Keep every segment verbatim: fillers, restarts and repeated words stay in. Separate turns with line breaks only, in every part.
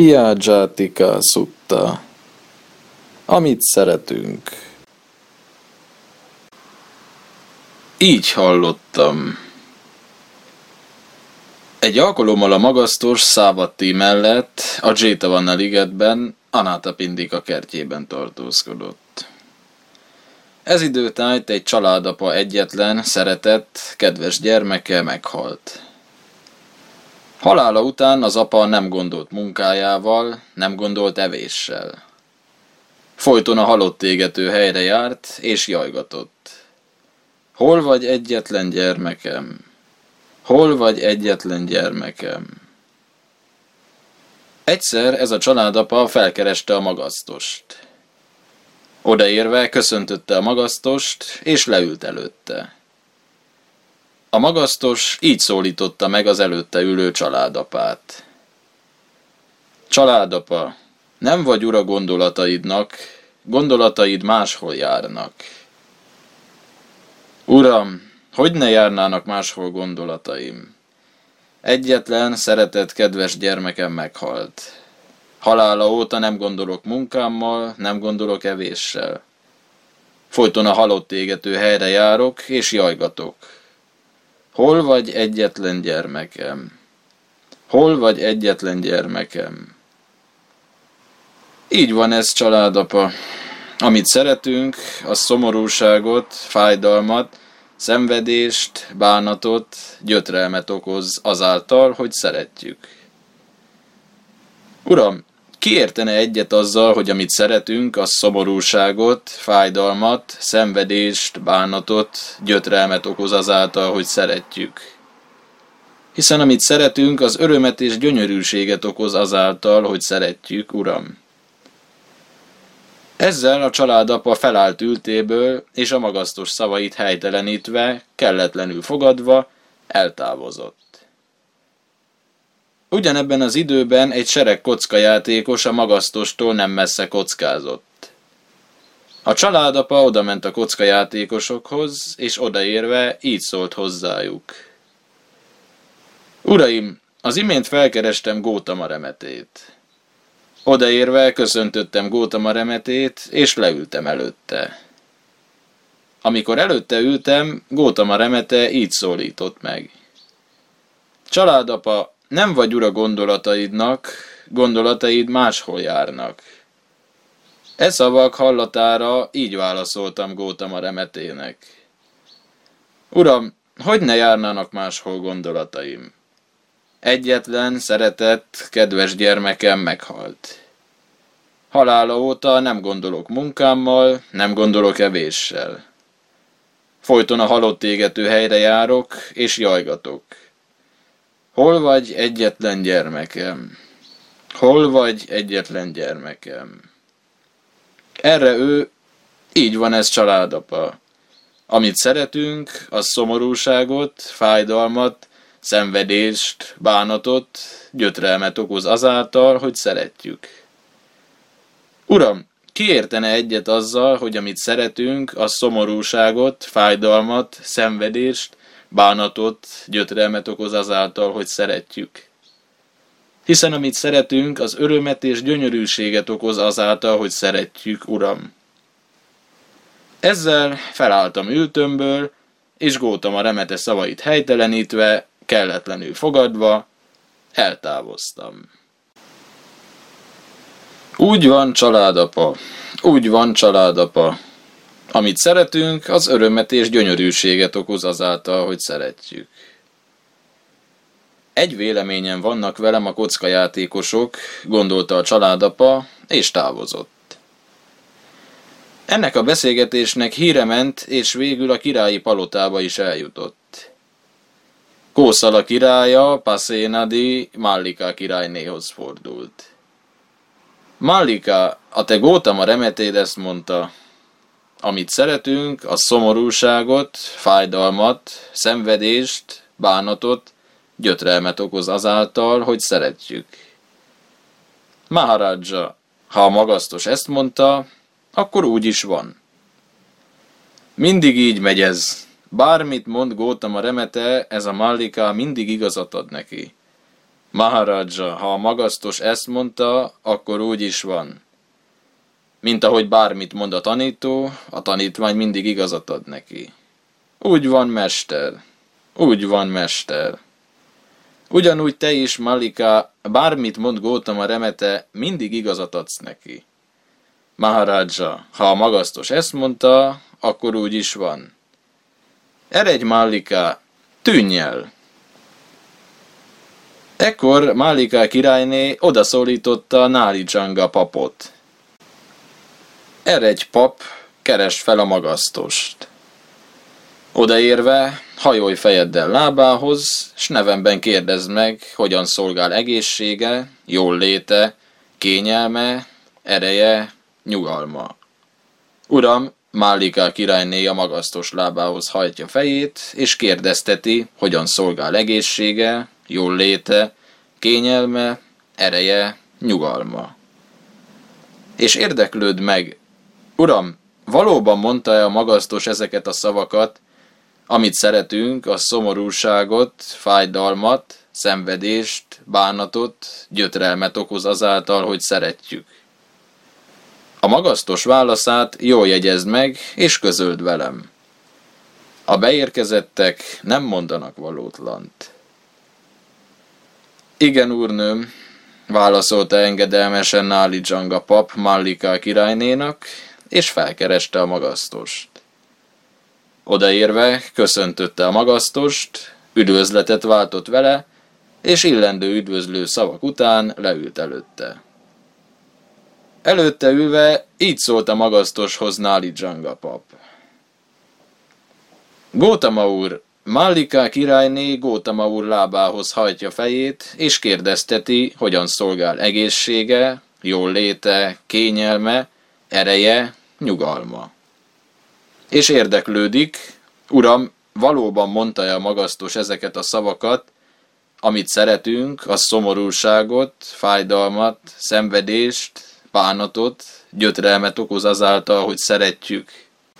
Piajátika szutta. Amit szeretünk. Így hallottam. Egy alkalommal a magasztos Szávatti mellett a Jetavana ligetben Anathapindika kertjében tartózkodott. Ez időtájt egy családapa egyetlen, szeretett, kedves gyermeke meghalt. Halála után az apa nem gondolt munkájával, nem gondolt evéssel. Folyton a halott égető helyre járt, és jajgatott. Hol vagy egyetlen gyermekem? Hol vagy egyetlen gyermekem? Egyszer ez a családapa felkereste a magasztost. Odaérve köszöntötte a magasztost, és leült előtte. A magasztos így szólította meg az előtte ülő családapát. Családapa, nem vagy ura gondolataidnak, gondolataid máshol járnak. Uram, hogy ne járnának máshol gondolataim? Egyetlen, szeretett, kedves gyermekem meghalt. Halála óta nem gondolok munkámmal, nem gondolok evéssel. Folyton a halott égető helyre járok, és jajgatok. Hol vagy egyetlen gyermekem? Hol vagy egyetlen gyermekem? Így van ez, családapa. Amit szeretünk, az szomorúságot, fájdalmat, szenvedést, bánatot, gyötrelmet okoz azáltal, hogy szeretjük. Uram, ki értene egyet azzal, hogy amit szeretünk, az szomorúságot, fájdalmat, szenvedést, bánatot, gyötrelmet okoz azáltal, hogy szeretjük. Hiszen amit szeretünk, az örömet és gyönyörűséget okoz azáltal, hogy szeretjük, Uram. Ezzel a családapa felállt ültéből, és a magasztos szavait helytelenítve, kelletlenül fogadva, eltávozott. Ugyanebben az időben egy sereg kockajátékos a magasztostól nem messze kockázott. A családapa odament a kockajátékosokhoz, és odaérve így szólt hozzájuk. Uraim, az imént felkerestem Gótama remetét. Odaérve köszöntöttem Gótama remetét, és leültem előtte. Amikor előtte ültem, Gótama remete így szólított meg. Családapa, nem vagy ura gondolataidnak, gondolataid máshol járnak. E szavak hallatára így válaszoltam Gótama remetének. Uram, hogy ne járnának máshol gondolataim? Egyetlen, szeretett, kedves gyermekem meghalt. Halála óta nem gondolok munkámmal, nem gondolok evéssel. Folyton a halott égető helyre járok, és jajgatok. Hol vagy egyetlen gyermekem? Hol vagy egyetlen gyermekem? Erre ő, így van ez, családapa. Amit szeretünk, az szomorúságot, fájdalmat, szenvedést, bánatot, gyötrelmet okoz azáltal, hogy szeretjük. Uram, ki értene egyet azzal, hogy amit szeretünk, az szomorúságot, fájdalmat, szenvedést, bánatot, gyötrelmet okoz azáltal, hogy szeretjük. Hiszen amit szeretünk, az örömet és gyönyörűséget okoz azáltal, hogy szeretjük, Uram. Ezzel felálltam ültömből, és Gótama remete szavait helytelenítve, kelletlenül fogadva, eltávoztam. Úgy van, családapa, úgy van, családapa. Amit szeretünk, az örömet és gyönyörűséget okoz azáltal, hogy szeretjük. Egy véleményen vannak velem a kockajátékosok, gondolta a családapa, és távozott. Ennek a beszélgetésnek híre ment, és végül a királyi palotába is eljutott. Kószala királya Pasenadi Mallika királynéhoz fordult. Mallika, a te Gótama remetéd ezt mondta. Amit szeretünk, az szomorúságot, fájdalmat, szenvedést, bánatot, gyötrelmet okoz azáltal, hogy szeretjük. Maharaja, ha a magasztos ezt mondta, akkor úgy is van. Mindig így megy ez. Bármit mond Gótama remete, ez a Mallika mindig igazat ad neki. Maharaja, ha a magasztos ezt mondta, akkor úgy is van. Mint ahogy bármit mond a tanító, a tanítvány mindig igazat ad neki. Úgy van, mester. Úgy van, mester. Ugyanúgy te is, Malika, bármit mond Gautama remete, mindig igazat adsz neki. Maharaja, ha a magasztos ezt mondta, akkor úgy is van. Eredj, Malika, tűnj el! Ekkor Malika királyné odaszólította Nálitsanga papot. Eredj, pap, keresd fel a magasztost. Odaérve, hajolj fejeddel lábához, s nevemben kérdezd meg, hogyan szolgál egészsége, jól léte, kényelme, ereje, nyugalma. Uram, Malika királyné a magasztos lábához hajtja fejét, és kérdezteti, hogyan szolgál egészsége, jól léte, kényelme, ereje, nyugalma. És érdeklőd meg, uram, valóban mondta-e a magasztos ezeket a szavakat, amit szeretünk, a szomorúságot, fájdalmat, szenvedést, bánatot, gyötrelmet okoz azáltal, hogy szeretjük. A magasztos válaszát jól jegyezd meg, és közöld velem. A beérkezettek nem mondanak valótlant. Igen, úrnőm, válaszolta engedelmesen Nálitsanga pap Mallika királynénak, és felkereste a magasztost. Odaérve köszöntötte a magasztost, üdvözletet váltott vele, és illendő üdvözlő szavak után leült előtte. Előtte ülve így szólt a magasztoshoz Nálitsanga pap. Gautama úr, Mallika királyné Gautama úr lábához hajtja fejét, és kérdezteti, hogyan szolgál egészsége, jól léte, kényelme, ereje, nyugalma. És érdeklődik, uram, valóban mondta-e a magasztos ezeket a szavakat, amit szeretünk, a szomorúságot, fájdalmat, szenvedést, bánatot, gyötrelmet okoz azáltal, hogy szeretjük.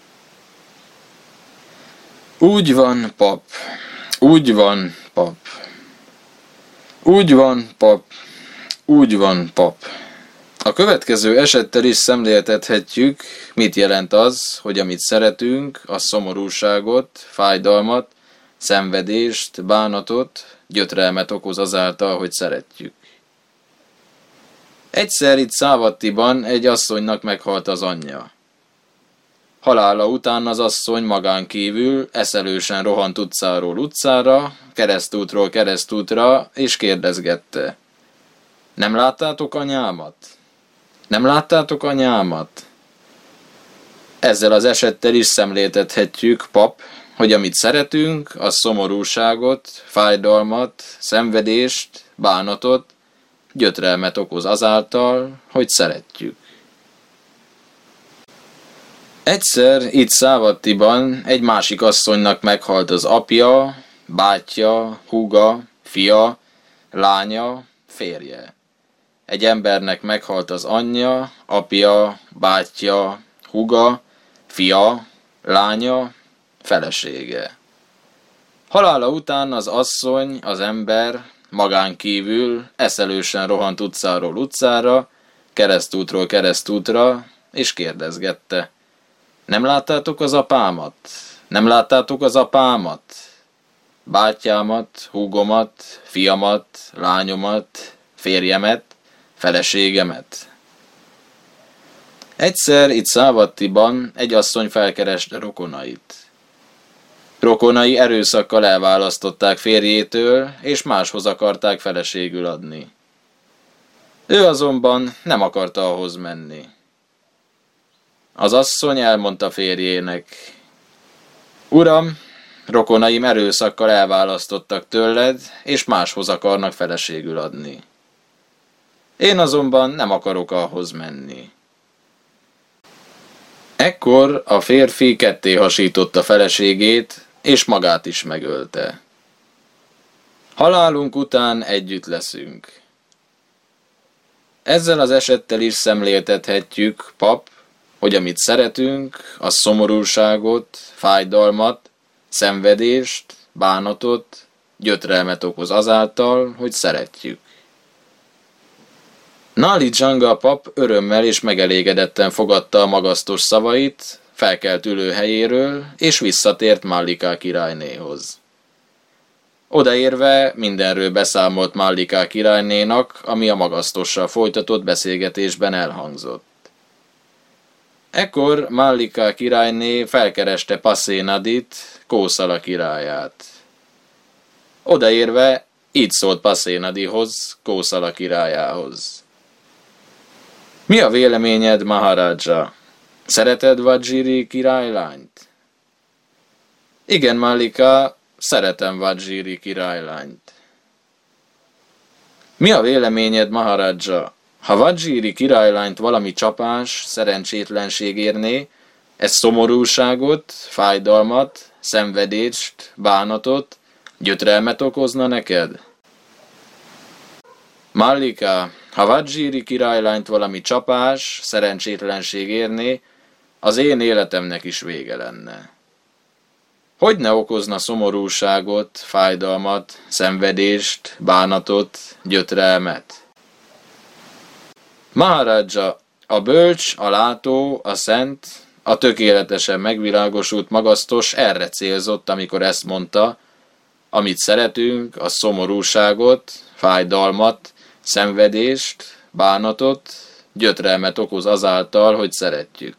Úgy van, pap, úgy van, pap, úgy van, pap, úgy van, pap. A következő esettel is szemléltethetjük, mit jelent az, hogy amit szeretünk, a szomorúságot, fájdalmat, szenvedést, bánatot, gyötrelmet okoz azáltal, hogy szeretjük. Egyszer itt Szávattiban egy asszonynak meghalt az anyja. Halála után az asszony magán kívül eszelősen rohant utcáról utcára, keresztútról keresztútra, és kérdezgette. Nem láttátok anyámat? Nem láttátok anyámat? Ezzel az esettel is szemléltethetjük, pap, hogy amit szeretünk, a szomorúságot, fájdalmat, szenvedést, bánatot, gyötrelmet okoz azáltal, hogy szeretjük. Egyszer itt Szávattiban egy másik asszonynak meghalt az apja, bátyja, húga, fia, lánya, férje. Egy embernek meghalt az anyja, apja, bátyja, húga, fia, lánya, felesége. Halála után az asszony, az ember magán kívül eszelősen rohant utcáról utcára, keresztútról keresztútra, és kérdezgette. Nem láttátok az apámat? Nem láttátok az apámat? Bátyámat, húgomat, fiamat, lányomat, férjemet, feleségemet. Egyszer itt Szávattiban egy asszony felkereste rokonait. Rokonai erőszakkal elválasztották férjétől, és máshoz akarták feleségül adni. Ő azonban nem akarta ahhoz menni. Az asszony elmondta férjének, Uram, rokonaim erőszakkal elválasztottak tőled, és máshoz akarnak feleségül adni. Én azonban nem akarok ahhoz menni. Ekkor a férfi ketté hasította feleségét, és magát is megölte. Halálunk után együtt leszünk. Ezzel az esettel is szemléltethetjük, pap, hogy amit szeretünk, a szomorúságot, fájdalmat, szenvedést, bánatot, gyötrelmet okoz azáltal, hogy szeretjük. Nali Dzsanga pap örömmel és megelégedetten fogadta a magasztos szavait, felkelt ülőhelyéről, és visszatért Mallika királynéhoz. Odaérve mindenről beszámolt Mallika királynénak, ami a magasztossal folytatott beszélgetésben elhangzott. Ekkor Mallika királyné felkereste Pasenadit, Kószala királyát. Odaérve így szólt Pasenadihoz, Kószala királyához. Mi a véleményed, Maharaja? Szereted Vadzsíri királylányt? Igen, Mallika, szeretem Vadzsíri királylányt. Mi a véleményed, Maharaja? Ha Vadzsíri királylányt valami csapás, szerencsétlenség érné, ez szomorúságot, fájdalmat, szenvedést, bánatot, gyötrelmet okozna neked? Mallika, ha Vadzsíri királylányt valami csapás, szerencsétlenség érné, az én életemnek is vége lenne. Hogy ne okozna szomorúságot, fájdalmat, szenvedést, bánatot, gyötrelmet? Maharaja, a bölcs, a látó, a szent, a tökéletesen megvilágosult magasztos erre célzott, amikor ezt mondta, amit szeretünk, a szomorúságot, fájdalmat, szenvedést, bánatot, gyötrelmet okoz azáltal, hogy szeretjük.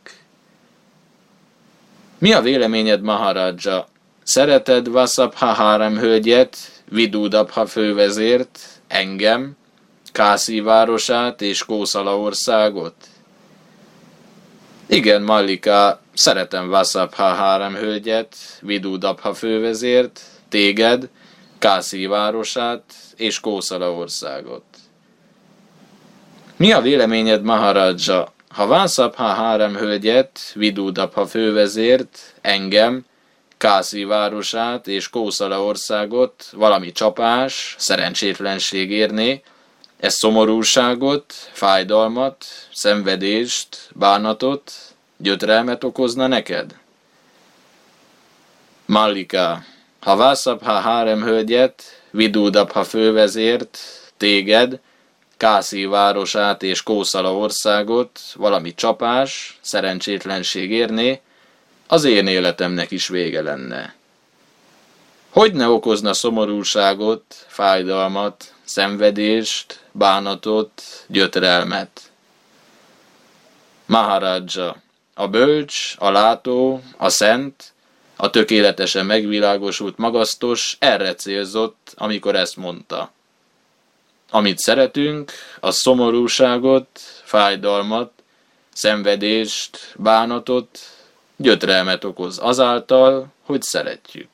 Mi a véleményed, Maharaja? Szereted Vasabha hárem hölgyet, Vidudabha fővezért, engem, Kászi városát és Kószala országot? Igen, Mallika, szeretem Vasabha hárem hölgyet, Vidudabha fővezért, téged, Kászi városát és Kószala országot. Mi a véleményed, Maharaja? Ha Vasabha hárem hölgyet, Vidudabha fővezért, engem, Kászi városát és Kószala országot valami csapás, szerencsétlenség érné, ez szomorúságot, fájdalmat, szenvedést, bánatot, gyötrelmet okozna neked? Mallika, ha Vasabha hárem hölgyet, Vidudabha fővezért, téged, Kászi városát és Kószala országot valami csapás, szerencsétlenség érné, az én életemnek is vége lenne. Hogy ne okozna szomorúságot, fájdalmat, szenvedést, bánatot, gyötrelmet? Maharaja, a bölcs, a látó, a szent, a tökéletesen megvilágosult magasztos erre célzott, amikor ezt mondta. Amit szeretünk, a szomorúságot, fájdalmat, szenvedést, bánatot, gyötrelmet okoz azáltal, hogy szeretjük.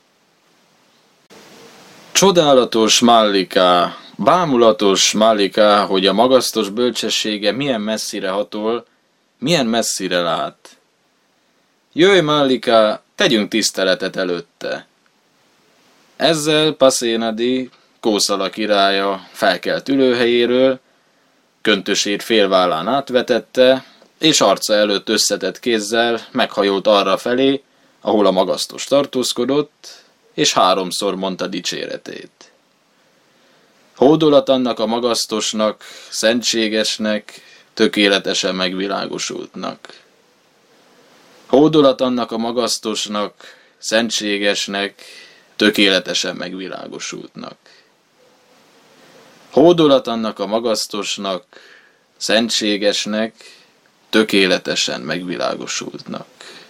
Csodálatos Mallika, bámulatos Mallika, hogy a magasztos bölcsessége milyen messzire hatol, milyen messzire lát. Jöjj, Mallika, tegyünk tiszteletet előtte. Ezzel Pasenadi, Kószala királya felkelt ülőhelyéről, köntösét félvállán átvetette, és arca előtt összetett kézzel meghajolt arra felé, ahol a magasztos tartózkodott, és háromszor mondta dicséretét. Hódolat annak a magasztosnak, szentségesnek, tökéletesen megvilágosultnak. Hódolat annak a magasztosnak, szentségesnek, tökéletesen megvilágosultnak. Hódolat annak a magasztosnak, szentségesnek, tökéletesen megvilágosultnak.